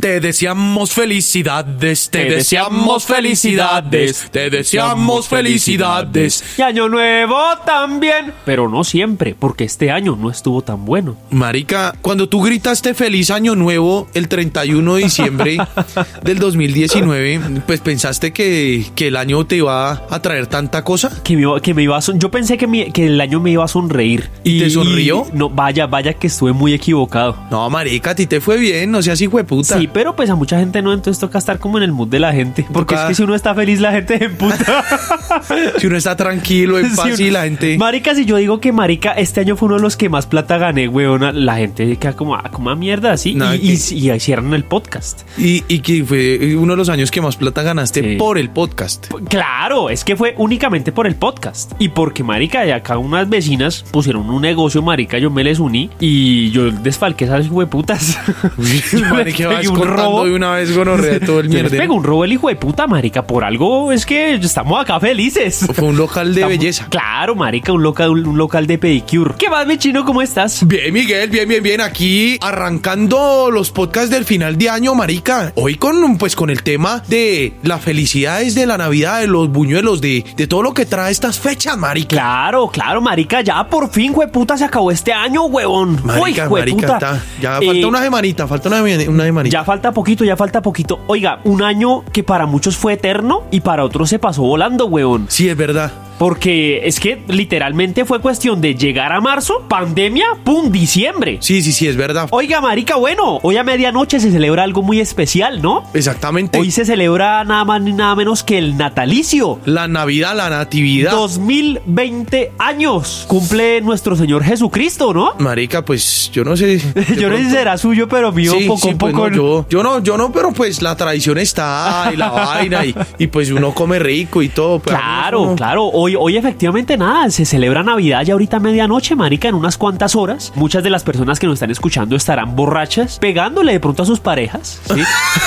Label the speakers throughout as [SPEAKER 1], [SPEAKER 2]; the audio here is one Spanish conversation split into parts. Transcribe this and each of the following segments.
[SPEAKER 1] Te deseamos felicidades, te deseamos felicidades, te deseamos felicidades.
[SPEAKER 2] Y año nuevo también. Pero no siempre, porque este año no estuvo tan bueno.
[SPEAKER 1] Marica, cuando tú gritaste feliz año nuevo el 31 de diciembre del 2019, pues pensaste que el año te iba a traer tanta cosa.
[SPEAKER 2] Yo pensé que el año me iba a sonreír.
[SPEAKER 1] ¿Y te sonrió?
[SPEAKER 2] No, vaya que estuve muy equivocado.
[SPEAKER 1] No, marica, a ti te fue bien, no seas hijueputa.
[SPEAKER 2] Sí, pero pues a mucha gente no, entonces toca estar como en el mood de la gente. Porque es que si uno está feliz, la gente se emputa.
[SPEAKER 1] Si uno está tranquilo, en paz, y la gente...
[SPEAKER 2] Marica, si yo digo que marica, este año fue uno de los que más plata gané, weón, la gente queda como a mierda así.
[SPEAKER 1] No,
[SPEAKER 2] y cierran el podcast.
[SPEAKER 1] Y que fue uno de los años que más plata ganaste, sí, por el podcast.
[SPEAKER 2] Claro, es que fue únicamente por el podcast. Y porque, marica, de acá unas vecinas pusieron un negocio, marica, yo me les uní y yo desfalqué esas hueputas.
[SPEAKER 1] Marica, vas contando de una vez gonorrea de todo el mierda.
[SPEAKER 2] Les pegó un robo el hijo de puta, marica. Por algo es que estamos acá felices.
[SPEAKER 1] Fue un local de belleza.
[SPEAKER 2] Claro, marica, un local de pedicure. ¿Qué más, mi chino? ¿Cómo estás?
[SPEAKER 1] Bien, Miguel, bien. Aquí arrancando los podcasts del final de año, marica. Hoy con el tema de las felicidades de la Navidad, de los buñuelos, de todo lo que trae estas fechas, marica.
[SPEAKER 2] Claro, marica. Ya por fin, hueputa, se acabó este año, huevón.
[SPEAKER 1] Marica, ya falta una semanita, Ya
[SPEAKER 2] falta poquito. Oiga, un año que para muchos fue eterno y para otros se pasó volando, huevón.
[SPEAKER 1] Sí, es verdad.
[SPEAKER 2] Porque es que literalmente fue cuestión de llegar a marzo, pandemia, ¡pum!, diciembre.
[SPEAKER 1] Sí, es verdad.
[SPEAKER 2] Oiga, marica, bueno, hoy a medianoche se celebra algo muy especial, ¿no?
[SPEAKER 1] Exactamente.
[SPEAKER 2] Hoy se celebra nada más ni nada menos que el natalicio.
[SPEAKER 1] La Navidad, la natividad.
[SPEAKER 2] 2020 años cumple nuestro Señor Jesucristo, ¿no?
[SPEAKER 1] Marica, pues yo no sé.
[SPEAKER 2] Yo no sé si será suyo, pero mío
[SPEAKER 1] sí,
[SPEAKER 2] poco a poco.
[SPEAKER 1] No, yo no, pero pues la tradición está y la vaina y pues uno come rico y todo.
[SPEAKER 2] Claro. Hoy efectivamente nada, se celebra Navidad ya ahorita a medianoche, marica, en unas cuantas horas. Muchas de las personas que nos están escuchando estarán borrachas, pegándole de pronto a sus parejas, ¿sí?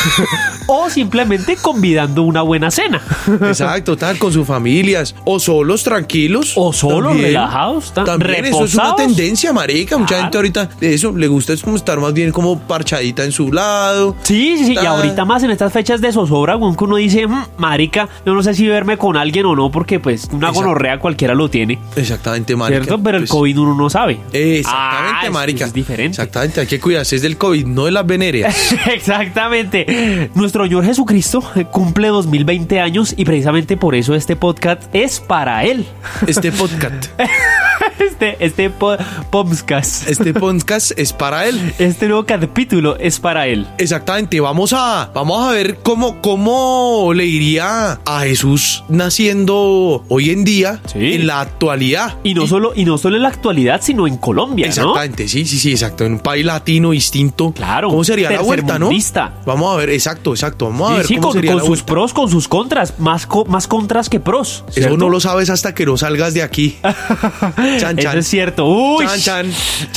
[SPEAKER 2] O simplemente convidando una buena cena.
[SPEAKER 1] Exacto, tal, con sus familias, o solos, tranquilos.
[SPEAKER 2] O solos, también, relajados,
[SPEAKER 1] también reposados. Eso es una tendencia, marica. Claro. Mucha gente ahorita de eso le gusta, es como estar más bien como parchadita en su lado.
[SPEAKER 2] Sí, y ahorita más en estas fechas de zozobra, que uno dice, marica, yo no sé si verme con alguien o no, porque pues una gonorrea cualquiera lo tiene.
[SPEAKER 1] Exactamente, marica.
[SPEAKER 2] ¿Cierto? Pero el COVID uno no sabe.
[SPEAKER 1] Exactamente, marica.
[SPEAKER 2] Es diferente.
[SPEAKER 1] Exactamente, hay que cuidarse es del COVID, no de las venéreas.
[SPEAKER 2] Exactamente. Nuestro Señor Jesucristo cumple 2020 años y precisamente por eso este podcast es para él.
[SPEAKER 1] Este podcast.
[SPEAKER 2] Este podcast.
[SPEAKER 1] Este podcast es para él.
[SPEAKER 2] Este nuevo capítulo es para él.
[SPEAKER 1] Exactamente. Vamos a ver cómo le iría a Jesús naciendo hoy en día, sí, en la actualidad.
[SPEAKER 2] Y no solo en la actualidad, sino en Colombia,
[SPEAKER 1] exactamente,
[SPEAKER 2] ¿no?
[SPEAKER 1] Sí, exacto. En un país latino distinto.
[SPEAKER 2] Claro.
[SPEAKER 1] ¿Cómo sería la vuelta, no?
[SPEAKER 2] Vamos
[SPEAKER 1] a ver, exacto. Vamos a ver cómo sería
[SPEAKER 2] con
[SPEAKER 1] la
[SPEAKER 2] sus
[SPEAKER 1] vuelta.
[SPEAKER 2] pros, con sus contras. Más contras que pros, ¿cierto?
[SPEAKER 1] Eso no lo sabes hasta que no salgas de aquí. Chan.
[SPEAKER 2] Eso es cierto. Uy.
[SPEAKER 1] Chan.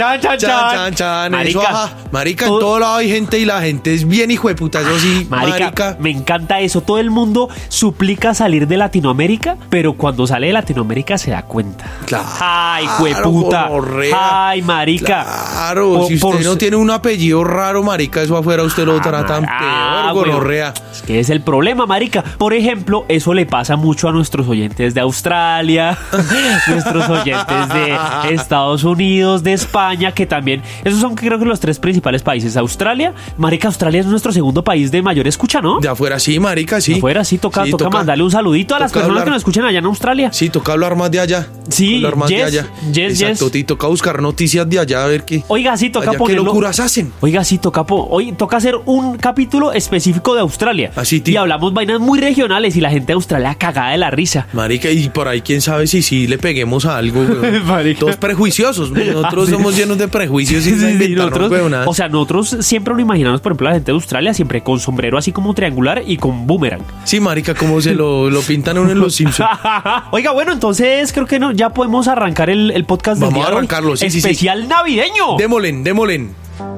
[SPEAKER 2] Marica,
[SPEAKER 1] marica, en todo lado hay gente y la gente es bien hijo de puta. Eso sí, marica.
[SPEAKER 2] Me encanta eso. Todo el mundo suplica salir de Latinoamérica, pero cuando sale de Latinoamérica se da cuenta.
[SPEAKER 1] Claro.
[SPEAKER 2] Ay, hijo de puta. Ay, marica.
[SPEAKER 1] Claro, si usted no tiene un apellido raro, marica, eso afuera usted lo tratan peor, gonorrea.
[SPEAKER 2] Es que es el problema, marica. Por ejemplo, eso le pasa mucho a nuestros oyentes de Australia, nuestros oyentes de Estados Unidos, de España, que también, esos son creo que los 3 principales países. Australia, marica, Australia es nuestro segundo país de mayor escucha, ¿no?
[SPEAKER 1] De afuera sí, marica, sí.
[SPEAKER 2] De afuera sí, toca mandarle un saludito a las personas que nos escuchan allá en Australia.
[SPEAKER 1] Sí, toca hablar más de allá.
[SPEAKER 2] Sí,
[SPEAKER 1] Exacto, y toca buscar noticias de allá a ver qué.
[SPEAKER 2] Oiga, sí, toca ponerlo.
[SPEAKER 1] ¿Qué locuras hacen?
[SPEAKER 2] Oiga, sí, toca hacer un capítulo específico de Australia.
[SPEAKER 1] Así, tío.
[SPEAKER 2] Y hablamos vainas muy regionales y la gente de Australia cagada de la risa.
[SPEAKER 1] Marica, y por ahí quién sabe si le peguemos a algo, güey. Todos prejuiciosos. Nosotros somos llenos de prejuicios y
[SPEAKER 2] nosotros siempre nos imaginamos, por ejemplo, la gente de Australia siempre con sombrero así como triangular y con boomerang.
[SPEAKER 1] Sí, marica, como se lo pintan uno en los Simpsons.
[SPEAKER 2] Oiga, bueno, entonces creo que ya podemos arrancar el podcast del día de hoy.
[SPEAKER 1] Vamos a arrancarlo, sí.
[SPEAKER 2] Especial navideño.
[SPEAKER 1] Démolen.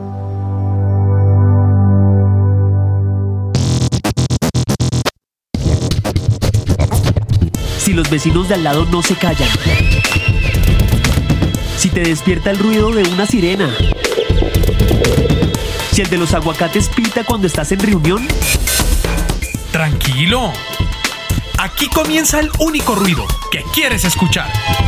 [SPEAKER 2] Si los vecinos de al lado no se callan. Si te despierta el ruido de una sirena. Si el de los aguacates pita cuando estás en reunión.
[SPEAKER 3] Tranquilo. Aquí comienza el único ruido que quieres escuchar.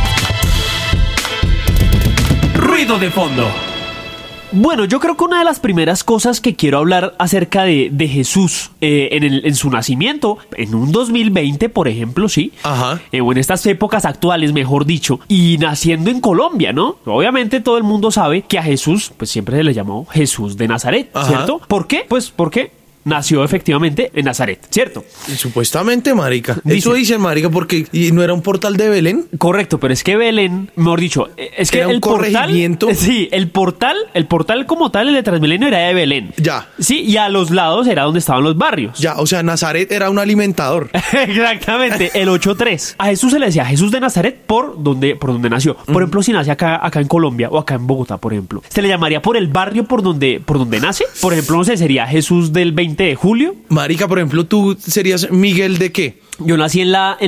[SPEAKER 3] Ruido de fondo.
[SPEAKER 2] Bueno, yo creo que una de las primeras cosas que quiero hablar acerca de Jesús en su nacimiento, en un 2020, por ejemplo, sí.
[SPEAKER 1] Ajá.
[SPEAKER 2] O en estas épocas actuales, mejor dicho, y naciendo en Colombia, ¿no? Obviamente todo el mundo sabe que a Jesús, pues siempre se le llamó Jesús de Nazaret,
[SPEAKER 1] Ajá.
[SPEAKER 2] ¿cierto? ¿Por qué? Pues porque nació efectivamente en Nazaret, ¿cierto?
[SPEAKER 1] Y supuestamente, marica.
[SPEAKER 2] Dice.
[SPEAKER 1] Eso dicen, marica, porque ¿y no era un portal de Belén?
[SPEAKER 2] Correcto, pero es que Belén, mejor dicho, es que
[SPEAKER 1] Era un
[SPEAKER 2] el portal,
[SPEAKER 1] corregimiento.
[SPEAKER 2] sí, el portal como tal, el de Transmilenio era de Belén.
[SPEAKER 1] Ya.
[SPEAKER 2] Sí, y a los lados era donde estaban los barrios.
[SPEAKER 1] Ya, o sea, Nazaret era un alimentador.
[SPEAKER 2] Exactamente, el 8-3. A Jesús se le decía Jesús de Nazaret por donde nació. Por ejemplo, si nace acá en Colombia o acá en Bogotá, por ejemplo, se le llamaría por el barrio por donde nace. Por ejemplo, no sé, sería Jesús del 20 de julio.
[SPEAKER 1] Marica, por ejemplo, tú serías Miguel de qué?
[SPEAKER 2] Yo nací en la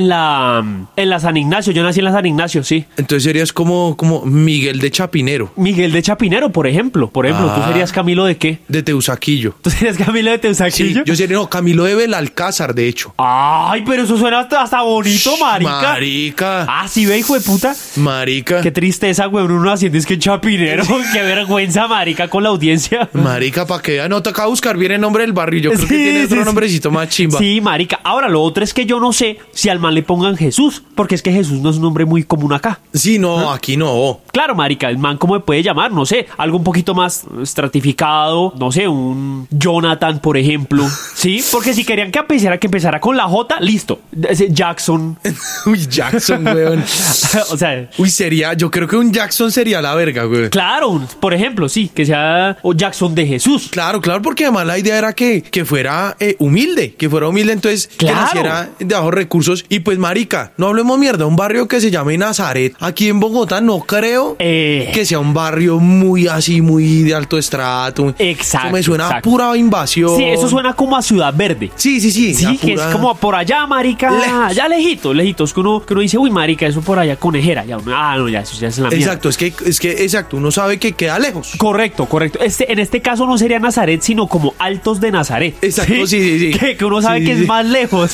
[SPEAKER 2] San Ignacio, sí.
[SPEAKER 1] Entonces serías como Miguel de Chapinero,
[SPEAKER 2] Miguel de Chapinero, por ejemplo. ¿Tú serías Camilo de qué?
[SPEAKER 1] de Teusaquillo.
[SPEAKER 2] ¿Tú serías Camilo de
[SPEAKER 1] Sí,
[SPEAKER 2] Teusaquillo?
[SPEAKER 1] yo sería Camilo de Belalcázar, de hecho.
[SPEAKER 2] Ay, pero eso suena hasta bonito, marica.
[SPEAKER 1] Marica.
[SPEAKER 2] Ah, sí, ve, hijo de puta.
[SPEAKER 1] Marica.
[SPEAKER 2] Qué tristeza, güey, uno haciendo es que Chapinero. Qué vergüenza, marica, con la audiencia.
[SPEAKER 1] Marica, para que vean, no toca buscar bien el nombre del barrio. Yo creo que
[SPEAKER 2] Sí,
[SPEAKER 1] tiene otro
[SPEAKER 2] sí, sí.
[SPEAKER 1] nombrecito más chimba.
[SPEAKER 2] Sí, marica. Ahora, lo otro es que yo no sé si al man le pongan Jesús, porque es que Jesús no es un nombre muy común acá.
[SPEAKER 1] Sí, no, aquí no.
[SPEAKER 2] Claro, marica, el man cómo me puede llamar, no sé, algo un poquito más estratificado, no sé, un Jonathan, por ejemplo. Sí, porque si querían que empezara con la J, listo. Ese Jackson.
[SPEAKER 1] Uy, Jackson, weón.
[SPEAKER 2] O sea,
[SPEAKER 1] Uy,
[SPEAKER 2] Claro,
[SPEAKER 1] yo creo que un Jackson sería la verga, weón.
[SPEAKER 2] por ejemplo, sí, que sea o Jackson de Jesús.
[SPEAKER 1] Claro, porque además la idea era que fuera humilde, entonces
[SPEAKER 2] Claro.
[SPEAKER 1] que naciera de bajos recursos. Y pues, marica, no hablemos mierda, un barrio que se llame Nazaret, aquí en Bogotá, no creo que sea un barrio muy así, muy de alto estrato.
[SPEAKER 2] Exacto.
[SPEAKER 1] Eso me suena a
[SPEAKER 2] exacto.
[SPEAKER 1] pura invasión.
[SPEAKER 2] Sí, eso suena como a Ciudad Verde.
[SPEAKER 1] Sí.
[SPEAKER 2] Sí,
[SPEAKER 1] a
[SPEAKER 2] que es
[SPEAKER 1] pura-
[SPEAKER 2] como por allá, marica.
[SPEAKER 1] Lejos.
[SPEAKER 2] Allá lejitos, que uno dice, uy, marica, eso por allá conejera. Ya uno, no, ya, eso ya es en la mierda.
[SPEAKER 1] Exacto, exacto, uno sabe que queda lejos.
[SPEAKER 2] Correcto. En este caso no sería Nazaret, sino como Altos de Nazaret.
[SPEAKER 1] Exacto, sí.
[SPEAKER 2] Que uno sabe
[SPEAKER 1] Sí,
[SPEAKER 2] que
[SPEAKER 1] sí.
[SPEAKER 2] es más lejos.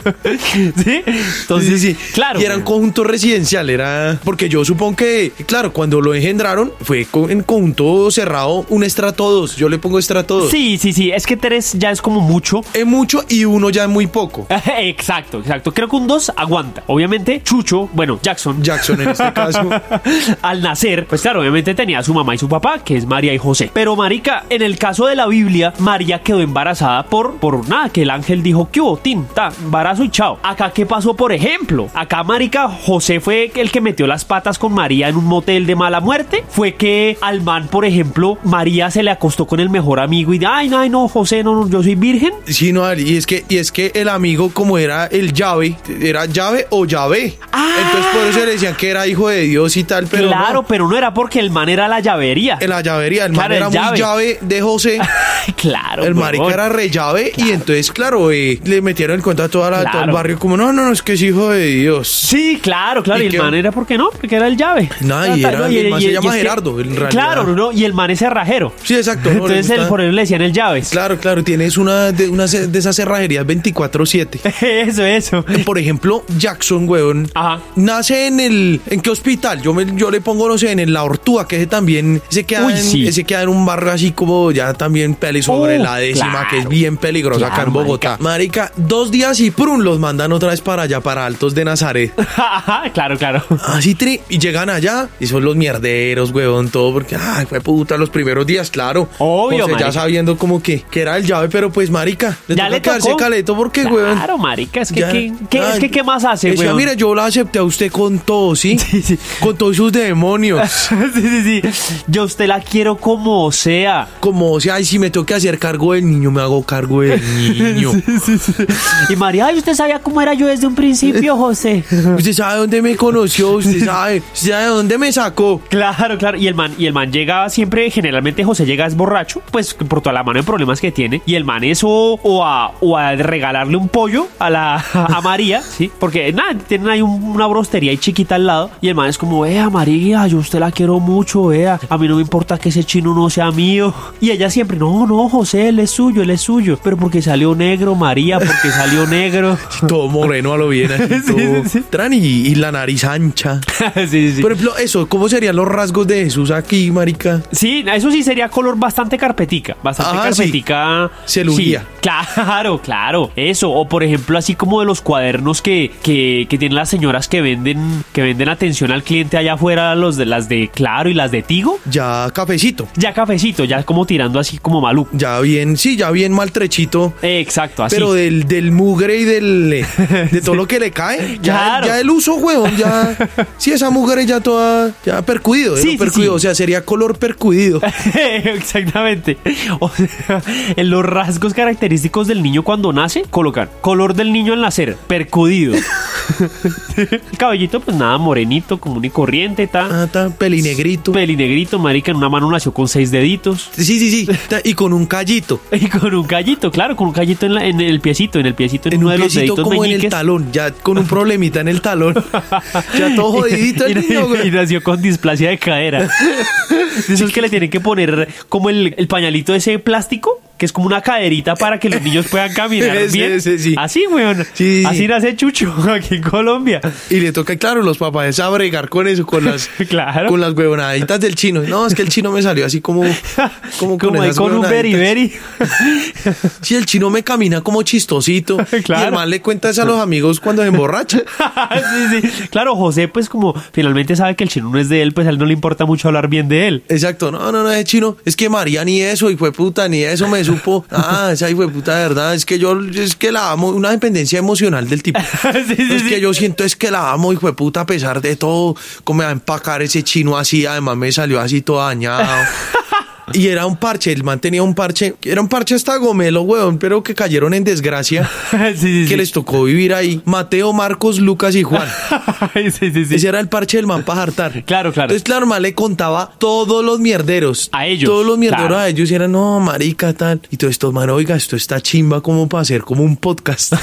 [SPEAKER 2] ¿Sí? Entonces,
[SPEAKER 1] Sí.
[SPEAKER 2] claro.
[SPEAKER 1] Y era un conjunto residencial, porque yo supongo que, claro, cuando lo engendraron, fue en conjunto cerrado, un estrato 2. Yo le pongo estrato 2.
[SPEAKER 2] Sí, es que 3 ya es como mucho.
[SPEAKER 1] Es mucho y 1 ya es muy poco.
[SPEAKER 2] Exacto. Creo que un 2 aguanta. Obviamente, Jackson.
[SPEAKER 1] Jackson en este caso.
[SPEAKER 2] Al nacer, pues claro, obviamente tenía a su mamá y su papá, que es María y José. Pero marica, en el caso de la Biblia, María quedó embarazada por nada, que el ángel dijo, ¿qué hubo? Embarazo y chao. Acá, ¿qué pasó, por ejemplo? Acá, marica, José fue el que metió las patas con María en un motel de mala muerte. Fue que al man, por ejemplo, María se le acostó con el mejor amigo y ay, no, José, no, yo soy virgen.
[SPEAKER 1] Sí, no, y es que el amigo, como era el llave, era llave o llave. Entonces por eso le decían que era hijo de Dios y tal, pero
[SPEAKER 2] claro,
[SPEAKER 1] no.
[SPEAKER 2] pero no era porque el man era la llavería.
[SPEAKER 1] En la llavería, el man
[SPEAKER 2] Claro,
[SPEAKER 1] era
[SPEAKER 2] el
[SPEAKER 1] muy
[SPEAKER 2] llave.
[SPEAKER 1] llave de José.
[SPEAKER 2] Claro,
[SPEAKER 1] El marica
[SPEAKER 2] huevón.
[SPEAKER 1] era re llave y entonces, claro, le metieron el cuento a todo el
[SPEAKER 2] Claro.
[SPEAKER 1] barrio como, no, es que es hijo de Dios.
[SPEAKER 2] Sí, claro.
[SPEAKER 1] ¿Y
[SPEAKER 2] Y el
[SPEAKER 1] qué?
[SPEAKER 2] man era, ¿por qué no? Porque era el llave.
[SPEAKER 1] No, y era- el man se llama
[SPEAKER 2] es que-
[SPEAKER 1] Gerardo, en realidad.
[SPEAKER 2] Claro, ¿no? Y el man es cerrajero.
[SPEAKER 1] Sí, exacto. no,
[SPEAKER 2] Entonces
[SPEAKER 1] le gusta-
[SPEAKER 2] por eso le decían el llaves.
[SPEAKER 1] Claro, tienes una de esas cerrajerías 24/7.
[SPEAKER 2] Eso.
[SPEAKER 1] Por ejemplo, Jackson, weón,
[SPEAKER 2] Ajá.
[SPEAKER 1] nace ¿en qué hospital? Yo le pongo, no sé, en La Ortúa, que ese queda,
[SPEAKER 2] Uy, sí.
[SPEAKER 1] ese queda en un barrio así como ya también peli sobre la 10ª,
[SPEAKER 2] claro.
[SPEAKER 1] que es bien peligrosa acá en
[SPEAKER 2] Claro,
[SPEAKER 1] Bogotá. Marica, 2 días y ¡prum! Los mandan otra vez para allá, para Altos de Nazaret.
[SPEAKER 2] Claro.
[SPEAKER 1] Así, y llegan allá y son los mierderos, weón, todo, porque, fue puta los primeros días, claro.
[SPEAKER 2] Obvio,
[SPEAKER 1] José ya
[SPEAKER 2] marica.
[SPEAKER 1] sabiendo como que era el llave, pero pues, marica,
[SPEAKER 2] Ya le
[SPEAKER 1] toca quedarse
[SPEAKER 2] tocó.
[SPEAKER 1] caleto porque, weón.
[SPEAKER 2] Claro, marica, es que
[SPEAKER 1] ya-
[SPEAKER 2] ¿qué más hace,
[SPEAKER 1] decía,
[SPEAKER 2] weón?
[SPEAKER 1] mire, yo la acepté a usted con todo, ¿sí?
[SPEAKER 2] Sí.
[SPEAKER 1] Con todos sus demonios.
[SPEAKER 2] sí. Yo a usted la quiero como sea.
[SPEAKER 1] Como, o sea, ay, si me tengo que hacer cargo del niño, me hago cargo del niño.
[SPEAKER 2] Y María, ay, usted usted sabía cómo era yo desde un principio, José.
[SPEAKER 1] Usted sabe dónde me conoció, usted sabe dónde me sacó.
[SPEAKER 2] Claro, claro. Y el man llega siempre, generalmente José llega es borracho, pues por toda la mano de problemas que tiene. Y el man es o a regalarle un pollo a María, ¿sí? Porque nada, tienen ahí una brostería ahí chiquita al lado. Y el man es como, vea, María, yo a usted la quiero mucho, vea. A mí no me importa que ese chino no sea mío. Y ella siempre, no, José, él es suyo. Pero porque salió negro, María, porque salió negro.
[SPEAKER 1] Todo moreno a lo bien, así, todo. Sí. Tran y la nariz ancha.
[SPEAKER 2] Sí.
[SPEAKER 1] Por ejemplo, eso, ¿cómo serían los rasgos de Jesús aquí, marica?
[SPEAKER 2] Sí, eso sí sería color bastante carpetica. Carpetica.
[SPEAKER 1] Sí. Celulía.
[SPEAKER 2] Sí, claro. Eso. O por ejemplo, así como de los cuadernos que tienen las señoras que venden atención al cliente allá afuera, las de Claro y las de Tigo.
[SPEAKER 1] Ya cafecito,
[SPEAKER 2] ya como tirando así como maluco.
[SPEAKER 1] Ya bien maltrechito.
[SPEAKER 2] Exacto, así.
[SPEAKER 1] Pero del mugre y de todo lo que le cae.
[SPEAKER 2] Claro.
[SPEAKER 1] Ya el uso, huevón, ya. Sí, esa mugre ya toda, ya percudido.
[SPEAKER 2] Sí.
[SPEAKER 1] O sea, sería color percudido.
[SPEAKER 2] Exactamente. O sea, en los rasgos característicos del niño cuando nace, colocan color del niño al nacer, percudido. El cabellito, pues nada, morenito, común y corriente,
[SPEAKER 1] Pelinegrito,
[SPEAKER 2] marica, en una mano nació con 6 deditos.
[SPEAKER 1] Sí. Y con un callito.
[SPEAKER 2] Claro, con un callito en el piecito, en uno de los deditos
[SPEAKER 1] como
[SPEAKER 2] meñiques.
[SPEAKER 1] En el talón, ya con un problemita en el talón. Ya todo jodidito el niño, güey.
[SPEAKER 2] Y nació con displasia de cadera. Eso es que le tienen que poner como el pañalito ese plástico, que es como una caderita para que los niños puedan caminar bien.
[SPEAKER 1] Sí.
[SPEAKER 2] Así, weón.
[SPEAKER 1] Sí.
[SPEAKER 2] Así nace Chucho aquí en Colombia.
[SPEAKER 1] Y le toca, claro, los papás a bregar con eso, con las
[SPEAKER 2] claro.
[SPEAKER 1] Con las huevonaditas del chino. No, es que el chino me salió así como
[SPEAKER 2] con un beriberi.
[SPEAKER 1] Sí, el chino me camina como chistosito.
[SPEAKER 2] Claro.
[SPEAKER 1] Y el man le cuenta eso a los amigos cuando se emborracha.
[SPEAKER 2] Sí. Claro, José, pues como finalmente sabe que el chino no es de él, pues a él no le importa mucho hablar bien de él.
[SPEAKER 1] Exacto. No, ese chino. Es que María ni eso, hijueputa, ni eso me supo. Esa hijueputa de verdad. Es que la amo. Una dependencia emocional del tipo.
[SPEAKER 2] Sí.
[SPEAKER 1] Que yo siento es que la amo, hijueputa, a pesar de todo. Cómo me va a empacar ese chino así. Además me salió así todo dañado. Y era un parche, el man tenía un parche, era un parche hasta gomelo, weón, pero que cayeron en desgracia.
[SPEAKER 2] Sí.
[SPEAKER 1] Les tocó vivir ahí. Mateo, Marcos, Lucas y Juan.
[SPEAKER 2] Sí.
[SPEAKER 1] Ese era el parche del man para hartar.
[SPEAKER 2] Claro.
[SPEAKER 1] Entonces, claro, man le contaba todos los mierderos.
[SPEAKER 2] A ellos.
[SPEAKER 1] Todos los mierderos
[SPEAKER 2] claro.
[SPEAKER 1] A ellos. Y eran, no, marica, tal. Y todo esto, man, oiga, esto está chimba como para hacer como un podcast.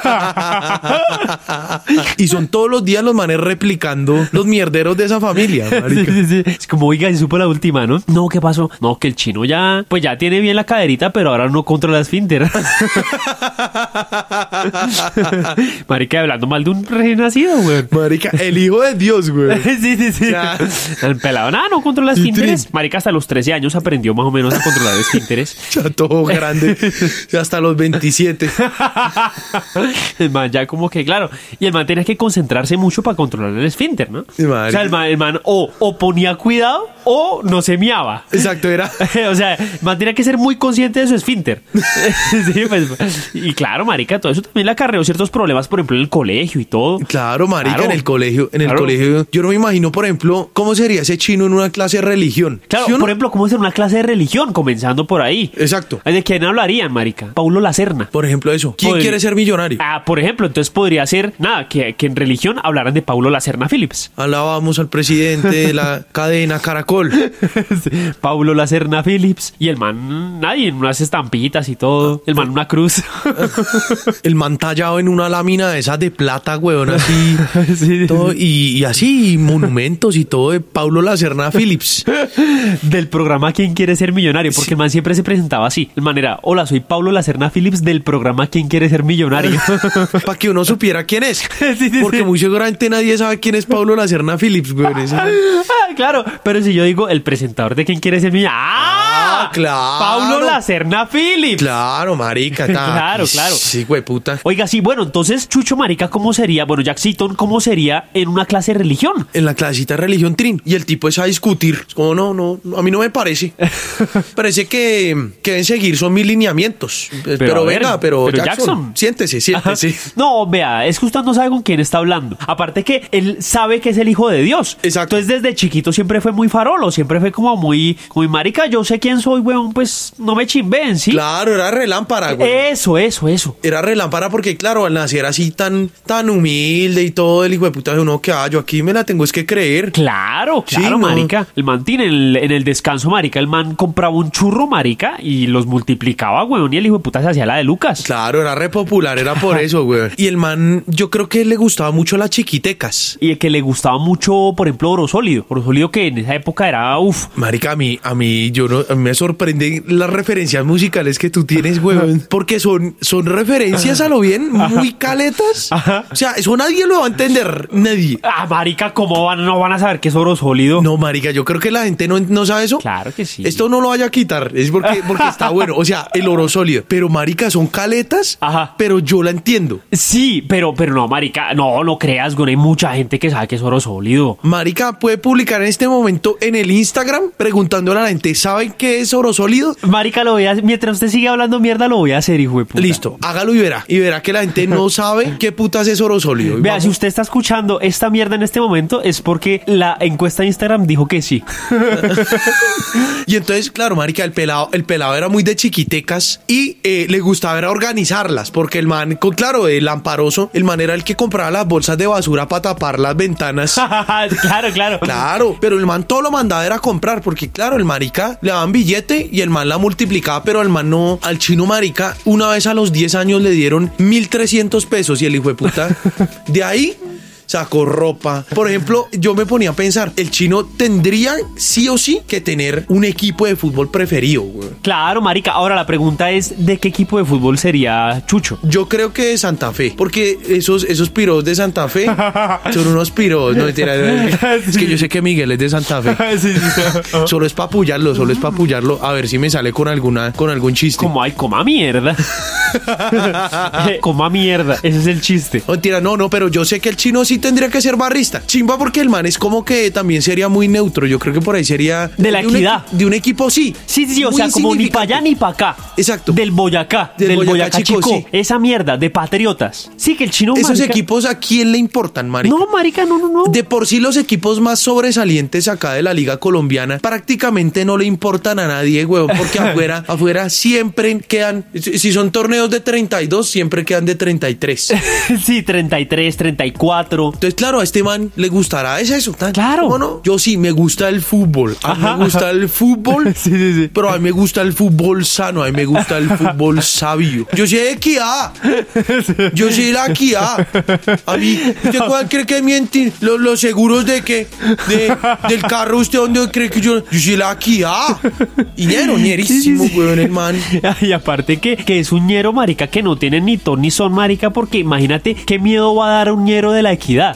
[SPEAKER 1] Y son todos los días los manes replicando los mierderos de esa familia, marica.
[SPEAKER 2] Sí. Es como, oiga, se supo la última, ¿no? No, ¿qué pasó? No, que el chino ya tiene bien la caderita, pero ahora no controla esfínter. Marica, hablando mal de un recién nacido, güey.
[SPEAKER 1] Marica, el hijo de Dios, güey.
[SPEAKER 2] Sí. Ya. El pelado, nada, no controla esfínteres. Marica, hasta los 13 años aprendió más o menos a controlar esfínteres.
[SPEAKER 1] Ya todo grande. Hasta los 27.
[SPEAKER 2] El man ya como que, claro. Y el man tenía que concentrarse mucho para controlar el esfínter, ¿no?
[SPEAKER 1] Sí,
[SPEAKER 2] o sea, el man o ponía cuidado o no se miaba.
[SPEAKER 1] Exacto, era.
[SPEAKER 2] O sea, man tenía que ser muy consciente de su esfínter. Sí, pues, y claro, marica, todo eso también le acarreó ciertos problemas, por ejemplo, en el colegio y todo.
[SPEAKER 1] Claro, marica,
[SPEAKER 2] claro.
[SPEAKER 1] en el colegio. Yo no me imagino, por ejemplo, cómo sería ese chino en una clase de religión.
[SPEAKER 2] Claro,
[SPEAKER 1] ¿Sí o no?
[SPEAKER 2] por ejemplo, cómo es en una clase de religión, comenzando por ahí.
[SPEAKER 1] Exacto.
[SPEAKER 2] ¿De quién hablarían, marica? Paulo Lacerna.
[SPEAKER 1] Por ejemplo, eso. ¿Quién quiere ser millonario?
[SPEAKER 2] Por ejemplo, entonces podría ser, nada, que en religión hablaran de Paulo Lacerna Phillips.
[SPEAKER 1] Alabamos al presidente de la cadena Caracol.
[SPEAKER 2] Sí, Paulo Lacerna Phillips. Y el man, nadie, en unas estampitas y todo. El man, una cruz.
[SPEAKER 1] El man tallado en una lámina de esas de plata, weón, así.
[SPEAKER 2] Sí.
[SPEAKER 1] Todo, y así, monumentos y todo de Paulo Lacerna Phillips.
[SPEAKER 2] Del programa ¿Quién quiere ser millonario? Porque el man siempre se presentaba así. El man era, hola, soy Paulo Lacerna Phillips del programa ¿Quién quiere ser millonario?
[SPEAKER 1] Para que uno supiera quién es.
[SPEAKER 2] Sí.
[SPEAKER 1] Porque muy seguramente nadie sabe quién es Paulo Lacerna Phillips, weón.
[SPEAKER 2] Claro, pero si yo digo el presentador de ¿Quién quiere ser millonario?
[SPEAKER 1] Claro.
[SPEAKER 2] Paulo Lacerna Phillips.
[SPEAKER 1] Claro, marica.
[SPEAKER 2] Claro.
[SPEAKER 1] Sí, güey, puta.
[SPEAKER 2] Oiga, sí, bueno, entonces, Chucho, marica, ¿cómo sería? Bueno, Jack Seaton, ¿cómo sería en una clase de religión?
[SPEAKER 1] En la clasita de religión Trin. Y el tipo es a discutir. Es como, no, a mí no me parece. Parece que deben seguir, son mis lineamientos. Pero venga, pero Jackson, siéntese. Ajá.
[SPEAKER 2] No, vea, es que usted no sabe con quién está hablando. Aparte que él sabe que es el hijo de Dios.
[SPEAKER 1] Exacto.
[SPEAKER 2] Entonces, desde chiquito siempre fue muy farolo, siempre fue como muy marica. marica, yo sé quién soy, weón, pues no me chimben, ¿sí?
[SPEAKER 1] Claro, era relámpara, güey.
[SPEAKER 2] Eso.
[SPEAKER 1] Era relámpara porque, claro, al nacer así tan humilde y todo, el hijo de puta de uno que, yo aquí me la tengo es que creer.
[SPEAKER 2] Claro,
[SPEAKER 1] Sí, no.
[SPEAKER 2] marica. El man tiene en el descanso, marica, el man compraba un churro, marica, y los multiplicaba, weón, y el hijo de puta se hacía la de Lucas.
[SPEAKER 1] Claro, era re popular, era por eso, güey. Y el man, yo creo que le gustaba mucho las chiquitecas.
[SPEAKER 2] Y el que le gustaba mucho, por ejemplo, Oro Sólido. Oro Sólido que en esa época era,
[SPEAKER 1] Marica, a mí me sorprenden las referencias musicales que tú tienes, güey. Porque son referencias a lo bien, muy caletas.
[SPEAKER 2] Ajá.
[SPEAKER 1] O sea, eso nadie lo va a entender, nadie.
[SPEAKER 2] Marica, ¿cómo no van a saber que es Oro Sólido?
[SPEAKER 1] No, marica, yo creo que la gente no sabe eso.
[SPEAKER 2] Claro que sí.
[SPEAKER 1] Esto no lo vaya a quitar, es porque está bueno. O sea, el Oro Sólido. Pero, marica, son caletas,
[SPEAKER 2] Ajá.
[SPEAKER 1] pero yo la entiendo.
[SPEAKER 2] Sí, pero no, marica, no creas, güey, hay mucha gente que sabe que es Oro Sólido.
[SPEAKER 1] Marica, puede publicar en este momento en el Instagram preguntándole a la gente, ¿saben qué es Oro Sólido?
[SPEAKER 2] Marica, mientras usted sigue hablando mierda, lo voy a hacer, hijo de puta.
[SPEAKER 1] Listo, hágalo y verá que la gente no sabe qué putas es Oro Sólido.
[SPEAKER 2] Vea,
[SPEAKER 1] Vamos.
[SPEAKER 2] si usted está escuchando esta mierda en este momento es porque la encuesta de Instagram dijo que sí.
[SPEAKER 1] Y entonces, claro, marica, el pelado era muy de chiquitecas y le gustaba era organizarlas, porque el man, claro, el lamparoso, el man era el que compraba las bolsas de basura para tapar las ventanas.
[SPEAKER 2] Claro.
[SPEAKER 1] Claro, pero el man todo lo mandaba era comprar, porque claro, el marica le daban billete y el man la multiplicaba, pero el man no, al chino marica, una vez a los 10 años le dieron 1,300 pesos y el hijo de puta, de ahí sacó ropa. Por ejemplo, yo me ponía a pensar, el chino tendría sí o sí que tener un equipo de fútbol preferido, güey.
[SPEAKER 2] Claro, marica. Ahora la pregunta es, ¿de qué equipo de fútbol sería Chucho?
[SPEAKER 1] Yo creo que de Santa Fe, porque esos piros de Santa Fe son unos piros, no mentira. Es que yo sé que Miguel es de Santa Fe. Solo es para apoyarlo, a ver si me sale con algún chiste.
[SPEAKER 2] Como, coma mierda. Coma mierda, ese es el chiste.
[SPEAKER 1] Mentira, no, pero yo sé que el chino sí tendría que ser barrista. Chimba porque el man es como que también sería muy neutro. Yo creo que por ahí sería...
[SPEAKER 2] De la equidad.
[SPEAKER 1] De un equipo, sí.
[SPEAKER 2] Sí, o sea, como ni para allá ni para acá.
[SPEAKER 1] Exacto.
[SPEAKER 2] Del Boyacá.
[SPEAKER 1] Del Boyacá Chico, sí.
[SPEAKER 2] Esa mierda, de patriotas. Sí, que el chino,
[SPEAKER 1] Esos
[SPEAKER 2] marica,
[SPEAKER 1] equipos, ¿a quién le importan, marica?
[SPEAKER 2] No, marica, no.
[SPEAKER 1] De por sí los equipos más sobresalientes acá de la liga colombiana prácticamente no le importan a nadie, huevón, porque afuera siempre quedan, si son torneos de 32, siempre quedan de 33.
[SPEAKER 2] Sí, 33, 34.
[SPEAKER 1] Entonces, claro, a este man le gustará eso.
[SPEAKER 2] Claro.
[SPEAKER 1] ¿Cómo no? Yo sí, me gusta el fútbol. A mí me gusta el fútbol,
[SPEAKER 2] Sí.
[SPEAKER 1] pero a mí me gusta el fútbol sano, a mí me gusta el fútbol sabio. Yo soy de Equidad. Yo soy de la Equidad. A mí, ¿usted cuál cree que miente? Los seguros de que del carro, ¿usted dónde cree que yo soy de la Equidad? Y ñerísimo,
[SPEAKER 2] Sí.
[SPEAKER 1] weón, el man.
[SPEAKER 2] Y aparte que es un ñero, marica, que no tiene ni ton ni son, marica, porque imagínate qué miedo va a dar un ñero de la equidad.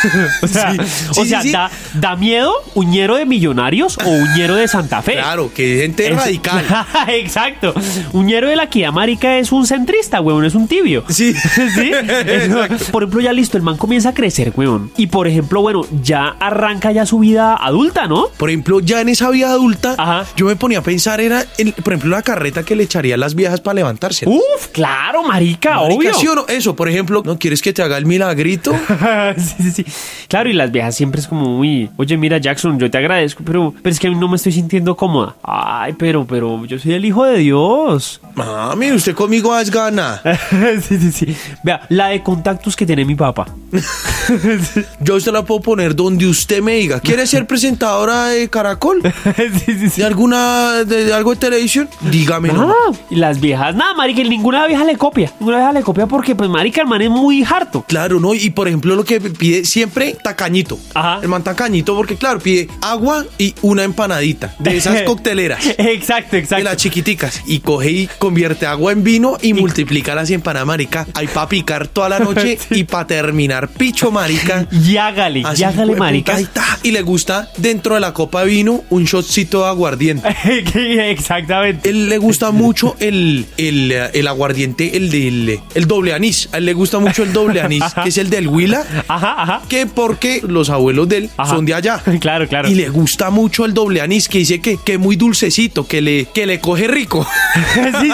[SPEAKER 2] O sea,
[SPEAKER 1] sí.
[SPEAKER 2] Da miedo un ñero de Millonarios o un ñero de Santa Fe.
[SPEAKER 1] Claro, que gente radical.
[SPEAKER 2] Exacto. Un ñero de la equidad, marica, es un centrista, weón, es un tibio.
[SPEAKER 1] Sí.
[SPEAKER 2] ¿Sí? Por ejemplo, ya listo, el man comienza a crecer, weón. Y por ejemplo, bueno, ya arranca ya su vida adulta, ¿no?
[SPEAKER 1] Por ejemplo, ya en esa vida adulta,
[SPEAKER 2] Ajá.
[SPEAKER 1] yo me ponía a pensar, por ejemplo, la carreta que le echarían las viejas para levantarse.
[SPEAKER 2] Uf, claro, marica, obvio.
[SPEAKER 1] ¿Sí o no? Eso, por ejemplo, ¿no quieres que te haga el milagrito?
[SPEAKER 2] Sí. Claro, y las viejas siempre es como muy, oye, mira, Jackson, yo te agradezco, pero es que a mí no me estoy sintiendo cómoda. Ay, pero yo soy el hijo de Dios.
[SPEAKER 1] Mami, usted conmigo has ganado.
[SPEAKER 2] Sí. Vea, la de contactos que tiene mi papá.
[SPEAKER 1] Yo se la puedo poner donde usted me diga. ¿Quiere ser presentadora de Caracol?
[SPEAKER 2] Sí.
[SPEAKER 1] ¿De algo de televisión? Dígame, no.
[SPEAKER 2] Y las viejas, nada, marica, ninguna vieja le copia. Ninguna vieja le copia porque, pues, marica, el man es muy harto.
[SPEAKER 1] Claro, ¿no? Y por ejemplo, lo que pide siempre, tacañito.
[SPEAKER 2] Ajá.
[SPEAKER 1] El man tacañito porque, claro, pide agua y una empanadita de esas cocteleras.
[SPEAKER 2] Exacto.
[SPEAKER 1] De las chiquiticas. Y coge y convierte agua en vino y multiplica las empanadas, marica. Hay para picar toda la noche y para terminar, picho, marica.
[SPEAKER 2] Y hágale,
[SPEAKER 1] Así,
[SPEAKER 2] marica.
[SPEAKER 1] Y le gusta dentro de la copa de vino un shotcito de aguardiente.
[SPEAKER 2] Exactamente.
[SPEAKER 1] Él le gusta mucho el aguardiente, el doble anís. A él le gusta mucho el doble anís, que es el del Huila.
[SPEAKER 2] Ajá.
[SPEAKER 1] Que porque los abuelos de él
[SPEAKER 2] Ajá.
[SPEAKER 1] son de allá.
[SPEAKER 2] Claro.
[SPEAKER 1] Y le gusta mucho el doble anís, que dice que es muy dulcecito, que le coge rico.
[SPEAKER 2] Sí.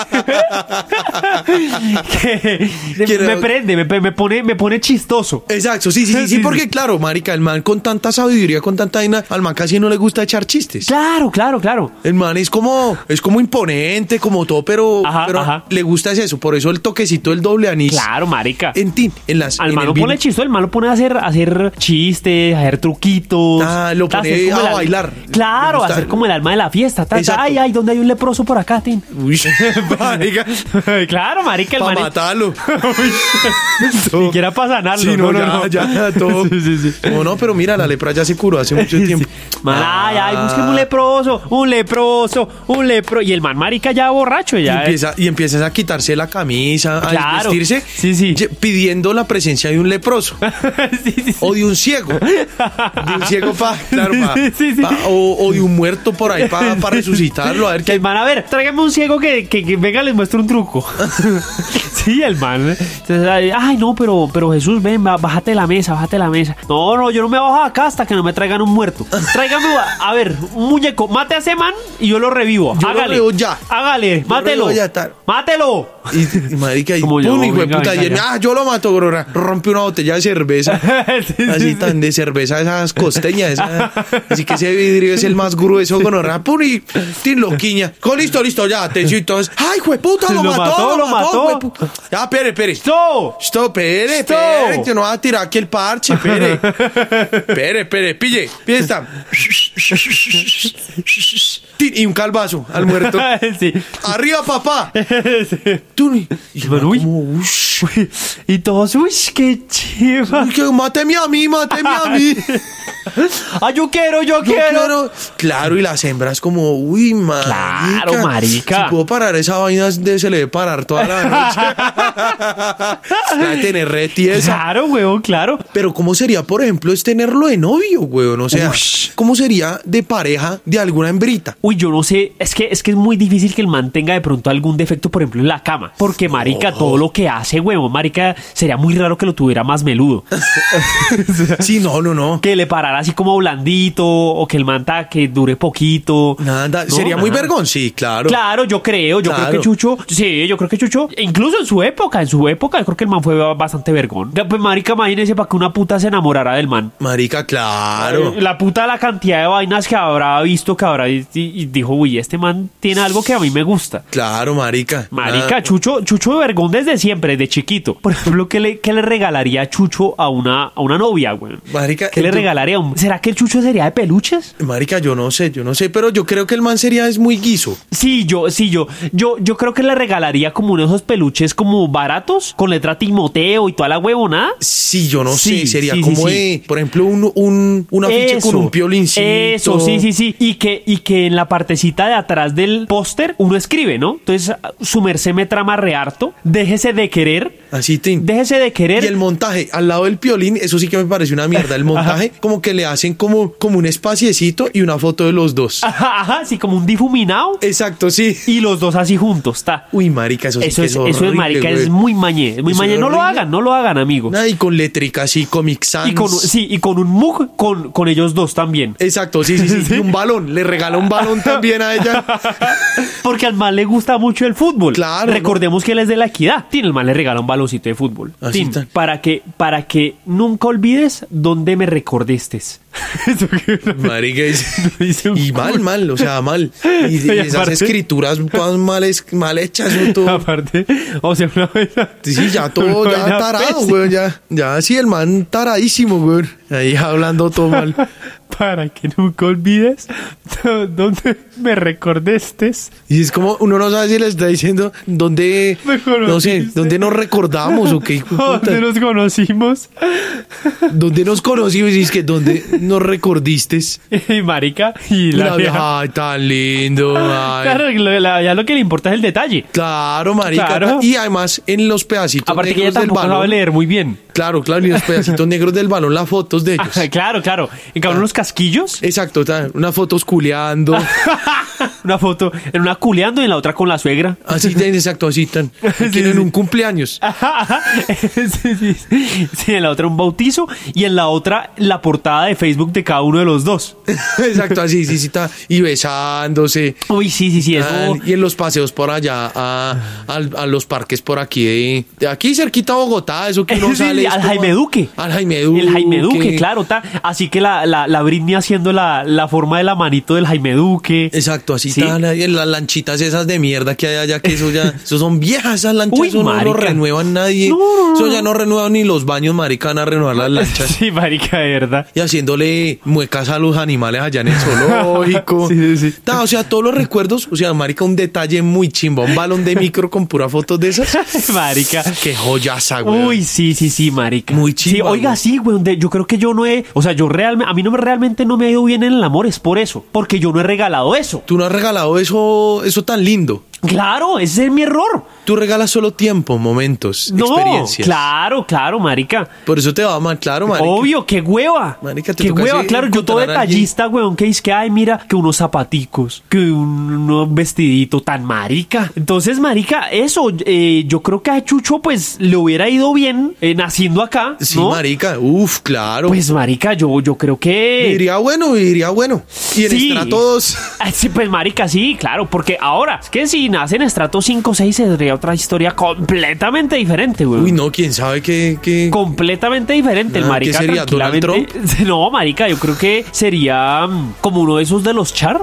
[SPEAKER 1] Quiero-
[SPEAKER 2] Me prende, me pone chistoso.
[SPEAKER 1] Exacto, sí, porque claro, marica, el man con tanta sabiduría, con tanta vaina, al man casi no le gusta echar chistes.
[SPEAKER 2] Claro.
[SPEAKER 1] El man es como imponente, como todo, pero
[SPEAKER 2] Ajá.
[SPEAKER 1] le gusta es eso, por eso el toquecito del doble anís.
[SPEAKER 2] Claro, marica.
[SPEAKER 1] En tin,
[SPEAKER 2] Al
[SPEAKER 1] en
[SPEAKER 2] man
[SPEAKER 1] el
[SPEAKER 2] lo
[SPEAKER 1] vino.
[SPEAKER 2] pone chistoso, el man lo pone a hacer chistes, a hacer truquitos.
[SPEAKER 1] Lo pone
[SPEAKER 2] hacer como
[SPEAKER 1] a bailar.
[SPEAKER 2] Claro,
[SPEAKER 1] Le
[SPEAKER 2] a
[SPEAKER 1] gusta.
[SPEAKER 2] ser como el alma de la fiesta.
[SPEAKER 1] Exacto.
[SPEAKER 2] Ay, ¿dónde hay un leproso por acá, Tin?
[SPEAKER 1] Uy, marica,
[SPEAKER 2] Claro, marica, el
[SPEAKER 1] para
[SPEAKER 2] man.
[SPEAKER 1] matarlo.
[SPEAKER 2] Ni siquiera para sanarlo.
[SPEAKER 1] Sí, no, ya, todo.
[SPEAKER 2] Sí.
[SPEAKER 1] No, pero mira, la lepra ya se curó hace mucho tiempo.
[SPEAKER 2] Man, ay, busquemos un leproso. Y el man, marica, ya borracho, ya.
[SPEAKER 1] Y empiezas a quitarse la camisa,
[SPEAKER 2] Claro.
[SPEAKER 1] a vestirse,
[SPEAKER 2] Sí.
[SPEAKER 1] pidiendo la presencia de un leproso.
[SPEAKER 2] Sí.
[SPEAKER 1] O de un ciego. De un ciego
[SPEAKER 2] Sí.
[SPEAKER 1] o de un muerto por ahí para resucitarlo. A ver
[SPEAKER 2] Que el
[SPEAKER 1] qué.
[SPEAKER 2] man, a ver, tráigame un ciego que venga, les muestro un truco. Sí, el man. Entonces, ay, no, pero Jesús, ven, bájate de la mesa. No, yo no me bajo acá hasta que no me traigan un muerto. Tráigame, a ver, un muñeco, mate a ese man y yo lo revivo.
[SPEAKER 1] Yo lo revivo ya.
[SPEAKER 2] Hágale, mátelo.
[SPEAKER 1] revivo ya, tal.
[SPEAKER 2] Mátelo.
[SPEAKER 1] Y marica, y
[SPEAKER 2] Como yo,
[SPEAKER 1] pum, hijo de
[SPEAKER 2] venga,
[SPEAKER 1] puta.
[SPEAKER 2] venga,
[SPEAKER 1] Y él,
[SPEAKER 2] ya.
[SPEAKER 1] yo lo mato, gorora. Rompe una botella de cerveza. Así tan de cerveza, esas costeñas. Así que ese vidrio es el más grueso, gorora. Pum, y tin loquiña. Listo, ya, entonces. Ay, hijo de puta, lo mató. Hueputa. Ya, espere.
[SPEAKER 2] ¡Stop!
[SPEAKER 1] Espere, que no va a tirar aquí el parche, espere, pille esta. Y un calvazo al muerto.
[SPEAKER 2] Sí.
[SPEAKER 1] Arriba, papá. Tú, y
[SPEAKER 2] Bueno, uy.
[SPEAKER 1] como, ush.
[SPEAKER 2] Y todos, uy, qué chiva.
[SPEAKER 1] Uy, que máteme a mí.
[SPEAKER 2] Ah, yo quiero.
[SPEAKER 1] Yo quiero. Claro, y las hembras como, uy, marica.
[SPEAKER 2] Claro, marica.
[SPEAKER 1] Si puedo parar esa vaina, se le debe parar toda la noche. La de tener re tiesa.
[SPEAKER 2] Claro, huevón, claro.
[SPEAKER 1] Pero ¿cómo sería, por ejemplo, es tenerlo de novio, weón? O sea,
[SPEAKER 2] Ush.
[SPEAKER 1] ¿cómo sería de pareja de alguna hembrita?
[SPEAKER 2] Uy, yo no sé, es que es muy difícil que el man tenga de pronto algún defecto, por ejemplo, en la cama. Porque, marica, todo lo que hace, huevón, marica, sería muy raro que lo tuviera más meludo.
[SPEAKER 1] Sí, no.
[SPEAKER 2] Que le parara así como blandito, o que el man que dure poquito.
[SPEAKER 1] Nada,
[SPEAKER 2] No,
[SPEAKER 1] sería muy
[SPEAKER 2] nada.
[SPEAKER 1] vergón, sí, claro.
[SPEAKER 2] Claro, yo creo
[SPEAKER 1] Claro.
[SPEAKER 2] que Chucho, incluso en su época, yo creo que el man fue bastante vergón. Pues, marica, imagínese para que una puta se enamorara del man.
[SPEAKER 1] Marica, claro.
[SPEAKER 2] La puta, la cantidad de vainas que habrá visto, y dijo, uy, este man tiene algo que a mí me gusta.
[SPEAKER 1] Claro, marica.
[SPEAKER 2] Marica,
[SPEAKER 1] Ah,
[SPEAKER 2] Chucho de vergón desde siempre, desde chiquito. Por ejemplo, ¿qué le regalaría Chucho a una novia, güey?
[SPEAKER 1] Marica,
[SPEAKER 2] ¿Qué le regalaría? ¿Será que el Chucho sería de peluches?
[SPEAKER 1] Marica, yo no sé, pero yo creo que el man es muy guiso.
[SPEAKER 2] Sí, yo creo que le regalaría como uno de esos peluches como baratos, con letra Timoteo y toda la huevonada.
[SPEAKER 1] Sí, yo no
[SPEAKER 2] Sí,
[SPEAKER 1] sé, sería
[SPEAKER 2] sí,
[SPEAKER 1] como
[SPEAKER 2] sí.
[SPEAKER 1] de, por ejemplo, un afiche con un piolincito.
[SPEAKER 2] Eso, sí. Y que en la partecita de atrás del póster uno escribe, ¿no? Entonces, su merced me trama re harto. Déjese de querer.
[SPEAKER 1] Así, tin.
[SPEAKER 2] Déjese de querer.
[SPEAKER 1] Y el montaje, al lado del piolín, eso sí que me parece una mierda. El montaje, como que le hacen como un espaciecito y una foto de los dos.
[SPEAKER 2] Ajá, sí, como un difuminado.
[SPEAKER 1] Exacto, sí.
[SPEAKER 2] Y los dos así juntos, está.
[SPEAKER 1] Uy, marica, eso sí que es horrible,
[SPEAKER 2] Eso es, marica,
[SPEAKER 1] güey.
[SPEAKER 2] es muy mañé. Es muy
[SPEAKER 1] Eso
[SPEAKER 2] mañé.
[SPEAKER 1] es
[SPEAKER 2] No
[SPEAKER 1] horrible.
[SPEAKER 2] lo hagan, amigos.
[SPEAKER 1] Nada, y con letricas y Comic Sans.
[SPEAKER 2] Y con un mug con ellos dos también.
[SPEAKER 1] Exacto, sí. Y un balón. Le regala un balón también a ella.
[SPEAKER 2] Porque al man le gusta mucho el fútbol.
[SPEAKER 1] Claro,
[SPEAKER 2] Recordemos que él es de la Equidad. Tin, el man le regala un baloncito de fútbol.
[SPEAKER 1] Así
[SPEAKER 2] Tin,
[SPEAKER 1] está.
[SPEAKER 2] para que nunca olvides dónde me recordeste.
[SPEAKER 1] Marica,
[SPEAKER 2] Dice un
[SPEAKER 1] y
[SPEAKER 2] culo.
[SPEAKER 1] mal, o sea, mal. Y
[SPEAKER 2] Y
[SPEAKER 1] esas
[SPEAKER 2] aparte-
[SPEAKER 1] escrituras todas mal hechas, ¿no? Todo.
[SPEAKER 2] Aparte, o sea, una vez.
[SPEAKER 1] Sí, ya todo,
[SPEAKER 2] una
[SPEAKER 1] ya
[SPEAKER 2] vaina
[SPEAKER 1] tarado,
[SPEAKER 2] pésima.
[SPEAKER 1] güey, ya sí, el man taradísimo, güey. Ahí hablando todo mal.
[SPEAKER 2] Para que nunca olvides dónde me recordeste.
[SPEAKER 1] Y es como, uno no sabe si le está diciendo dónde,
[SPEAKER 2] Mejor
[SPEAKER 1] no sé,
[SPEAKER 2] dice.
[SPEAKER 1] dónde nos recordamos o qué. hijo de puta.
[SPEAKER 2] ¿Dónde nos conocimos?
[SPEAKER 1] ¿Dónde nos conocimos? Y es que, ¿dónde nos recordiste?
[SPEAKER 2] Y marica, y
[SPEAKER 1] Y
[SPEAKER 2] la
[SPEAKER 1] la
[SPEAKER 2] vieja.
[SPEAKER 1] vieja, ay, tan lindo, ay.
[SPEAKER 2] Claro, ya lo que le importa es el detalle.
[SPEAKER 1] Claro, marica.
[SPEAKER 2] Claro.
[SPEAKER 1] Y además, en los pedacitos
[SPEAKER 2] Aparte que ella
[SPEAKER 1] negros del
[SPEAKER 2] tampoco sabe
[SPEAKER 1] balón.
[SPEAKER 2] leer muy bien.
[SPEAKER 1] Claro, y los pedacitos negros del balón, las fotos de ellos.
[SPEAKER 2] Claro. En cambio, los casquillos.
[SPEAKER 1] Exacto, unas fotos culeando.
[SPEAKER 2] Una foto en una culeando y en la otra con la suegra.
[SPEAKER 1] Así, exacto, así tan. Tienen un cumpleaños.
[SPEAKER 2] Sí, en la otra un bautizo y en la otra la portada de Facebook de cada uno de los dos.
[SPEAKER 1] Exacto, así, sí, está. Y besándose.
[SPEAKER 2] Uy, sí, eso.
[SPEAKER 1] Y en los paseos por allá a los parques por aquí de aquí cerquita a Bogotá, eso que uno sale.
[SPEAKER 2] Al Jaime Duque.
[SPEAKER 1] Al Jaime Duque.
[SPEAKER 2] El Jaime Duque, claro. Así que la Britney haciendo la forma de la manito del Jaime Duque.
[SPEAKER 1] Exacto, así
[SPEAKER 2] ¿sí?
[SPEAKER 1] están las lanchitas esas de mierda que hay allá, que eso son viejas esas lanchas.
[SPEAKER 2] Uy,
[SPEAKER 1] eso no lo renuevan nadie.
[SPEAKER 2] No.
[SPEAKER 1] Eso ya no renuevan ni los baños, marica, van a renovar las lanchas.
[SPEAKER 2] Sí, marica, de verdad.
[SPEAKER 1] Y haciéndole muecas a los animales allá en el zoológico.
[SPEAKER 2] Sí.
[SPEAKER 1] O sea, todos los recuerdos, o sea, marica, un detalle muy chimba, un balón de micro con pura fotos de esas.
[SPEAKER 2] Marica.
[SPEAKER 1] Qué joyaza, güey.
[SPEAKER 2] Uy, sí, marica.
[SPEAKER 1] Muy chimba.
[SPEAKER 2] Sí, oiga, sí, güey, yo creo que yo no he, o sea, a mí realmente no me ha ido bien en el amor, es por eso, porque yo no he regalado eso.
[SPEAKER 1] Tú no has regalado eso tan lindo.
[SPEAKER 2] Claro, ese es mi error.
[SPEAKER 1] Tú regalas solo tiempo, momentos, experiencias.
[SPEAKER 2] Claro, marica.
[SPEAKER 1] Por eso te va mal, claro, marica.
[SPEAKER 2] Obvio, qué hueva.
[SPEAKER 1] Marica, te
[SPEAKER 2] qué
[SPEAKER 1] toca
[SPEAKER 2] hueva, claro, yo todo detallista, weón, que dice que, ay, mira, que unos zapaticos, que un vestidito tan marica. Entonces, marica, eso, yo creo que a Chucho, pues, le hubiera ido bien naciendo acá, ¿no?
[SPEAKER 1] Sí, marica, claro.
[SPEAKER 2] Pues, marica, yo creo que...
[SPEAKER 1] Iría bueno. Y en
[SPEAKER 2] Sí.
[SPEAKER 1] estrato 2.
[SPEAKER 2] Sí, pues, marica, sí, claro, porque ahora, es que si nace en estrato 5 o 6 sería otra historia completamente diferente, güey.
[SPEAKER 1] Uy, no, quién sabe qué.
[SPEAKER 2] Completamente diferente, el marica.
[SPEAKER 1] ¿Qué sería, Donald Trump?
[SPEAKER 2] No, marica, yo creo que sería como uno de esos de los Char.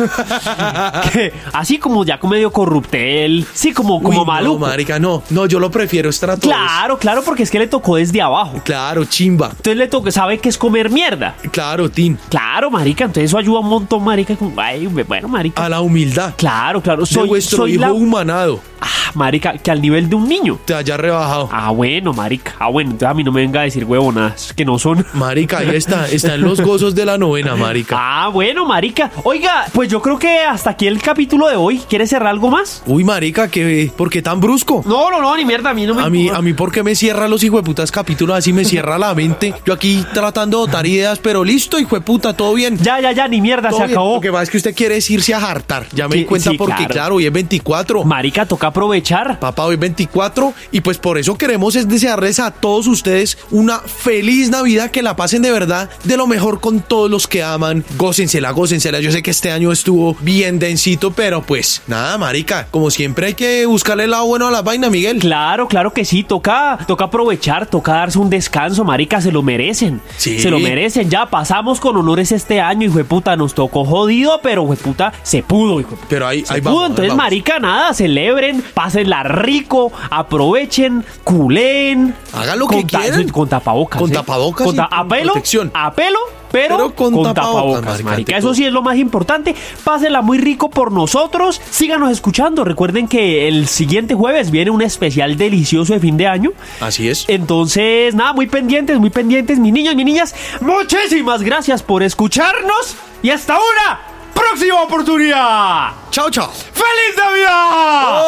[SPEAKER 2] Así como ya como medio corruptel. Sí, como maluco.
[SPEAKER 1] No, marica, no, yo lo prefiero estrato 2.
[SPEAKER 2] Claro, porque es que le tocó desde abajo.
[SPEAKER 1] Claro, chimba.
[SPEAKER 2] Entonces le tocó, sabe que es comer mierda.
[SPEAKER 1] Claro, Tin.
[SPEAKER 2] Claro, marica, entonces eso ayuda un montón, marica. Ay, bueno, marica.
[SPEAKER 1] A la humildad.
[SPEAKER 2] Claro.
[SPEAKER 1] De vuestro hijo humanado.
[SPEAKER 2] Marica, que al nivel de un niño.
[SPEAKER 1] Te haya rebajado.
[SPEAKER 2] Bueno, marica. Bueno, entonces a mí no me venga a decir huevonadas que no son.
[SPEAKER 1] Marica, ahí está en los gozos de la novena, marica.
[SPEAKER 2] Bueno, marica. Oiga, pues yo creo que hasta aquí el capítulo de hoy. ¿Quieres cerrar algo más?
[SPEAKER 1] Uy, marica, ¿por qué tan brusco?
[SPEAKER 2] No, ni mierda, a mí no me...
[SPEAKER 1] A mí, ¿por qué me cierra los hijueputas capítulos así? Me cierra la mente. Yo aquí tratando de botar ideas, pero listo, hijueputa, todo bien.
[SPEAKER 2] Ya, ni mierda,
[SPEAKER 1] Todo
[SPEAKER 2] se
[SPEAKER 1] bien.
[SPEAKER 2] acabó.
[SPEAKER 1] Lo que pasa es que usted quiere es irse a hartar. Ya me di
[SPEAKER 2] Sí,
[SPEAKER 1] cuenta
[SPEAKER 2] sí,
[SPEAKER 1] porque, claro, hoy es 24.
[SPEAKER 2] Marica, toca aprovechar.
[SPEAKER 1] Papá, hoy 24 y pues por eso queremos es desearles a todos ustedes una feliz Navidad, que la pasen de verdad de lo mejor con todos los que aman. Gócensela. Yo sé que este año estuvo bien densito, pero pues nada, marica, como siempre hay que buscarle el lado bueno a la vaina, Miguel.
[SPEAKER 2] Claro que sí, toca aprovechar, toca darse un descanso, marica, se lo merecen.
[SPEAKER 1] Sí.
[SPEAKER 2] Se lo merecen, ya pasamos con honores este año, hijo de puta, nos tocó jodido, pero hijo de puta, se pudo, hijo de puta.
[SPEAKER 1] Pero ahí
[SPEAKER 2] Se
[SPEAKER 1] vamos,
[SPEAKER 2] pudo, entonces,
[SPEAKER 1] vamos.
[SPEAKER 2] marica, nada, celebren, pásenla rico, aprovechen, culen.
[SPEAKER 1] Hagan lo que quieran.
[SPEAKER 2] Con tapabocas.
[SPEAKER 1] Con tapabocas y con protección.
[SPEAKER 2] Pero con tapabocas,
[SPEAKER 1] marica,
[SPEAKER 2] marica.
[SPEAKER 1] ante
[SPEAKER 2] Eso
[SPEAKER 1] todo.
[SPEAKER 2] sí es lo más importante. Pásenla muy rico por nosotros. Síganos escuchando. Recuerden que el siguiente jueves viene un especial delicioso de fin de año.
[SPEAKER 1] Así es.
[SPEAKER 2] Entonces, nada, muy pendientes, mis niños, mis niñas. Muchísimas gracias por escucharnos. Y hasta una próxima oportunidad.
[SPEAKER 1] Chao.
[SPEAKER 2] ¡Feliz Navidad!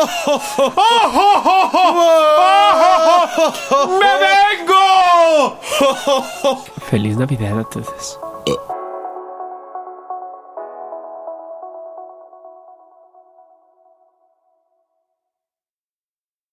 [SPEAKER 2] ¡Me vengo! ¡Feliz Navidad a todos!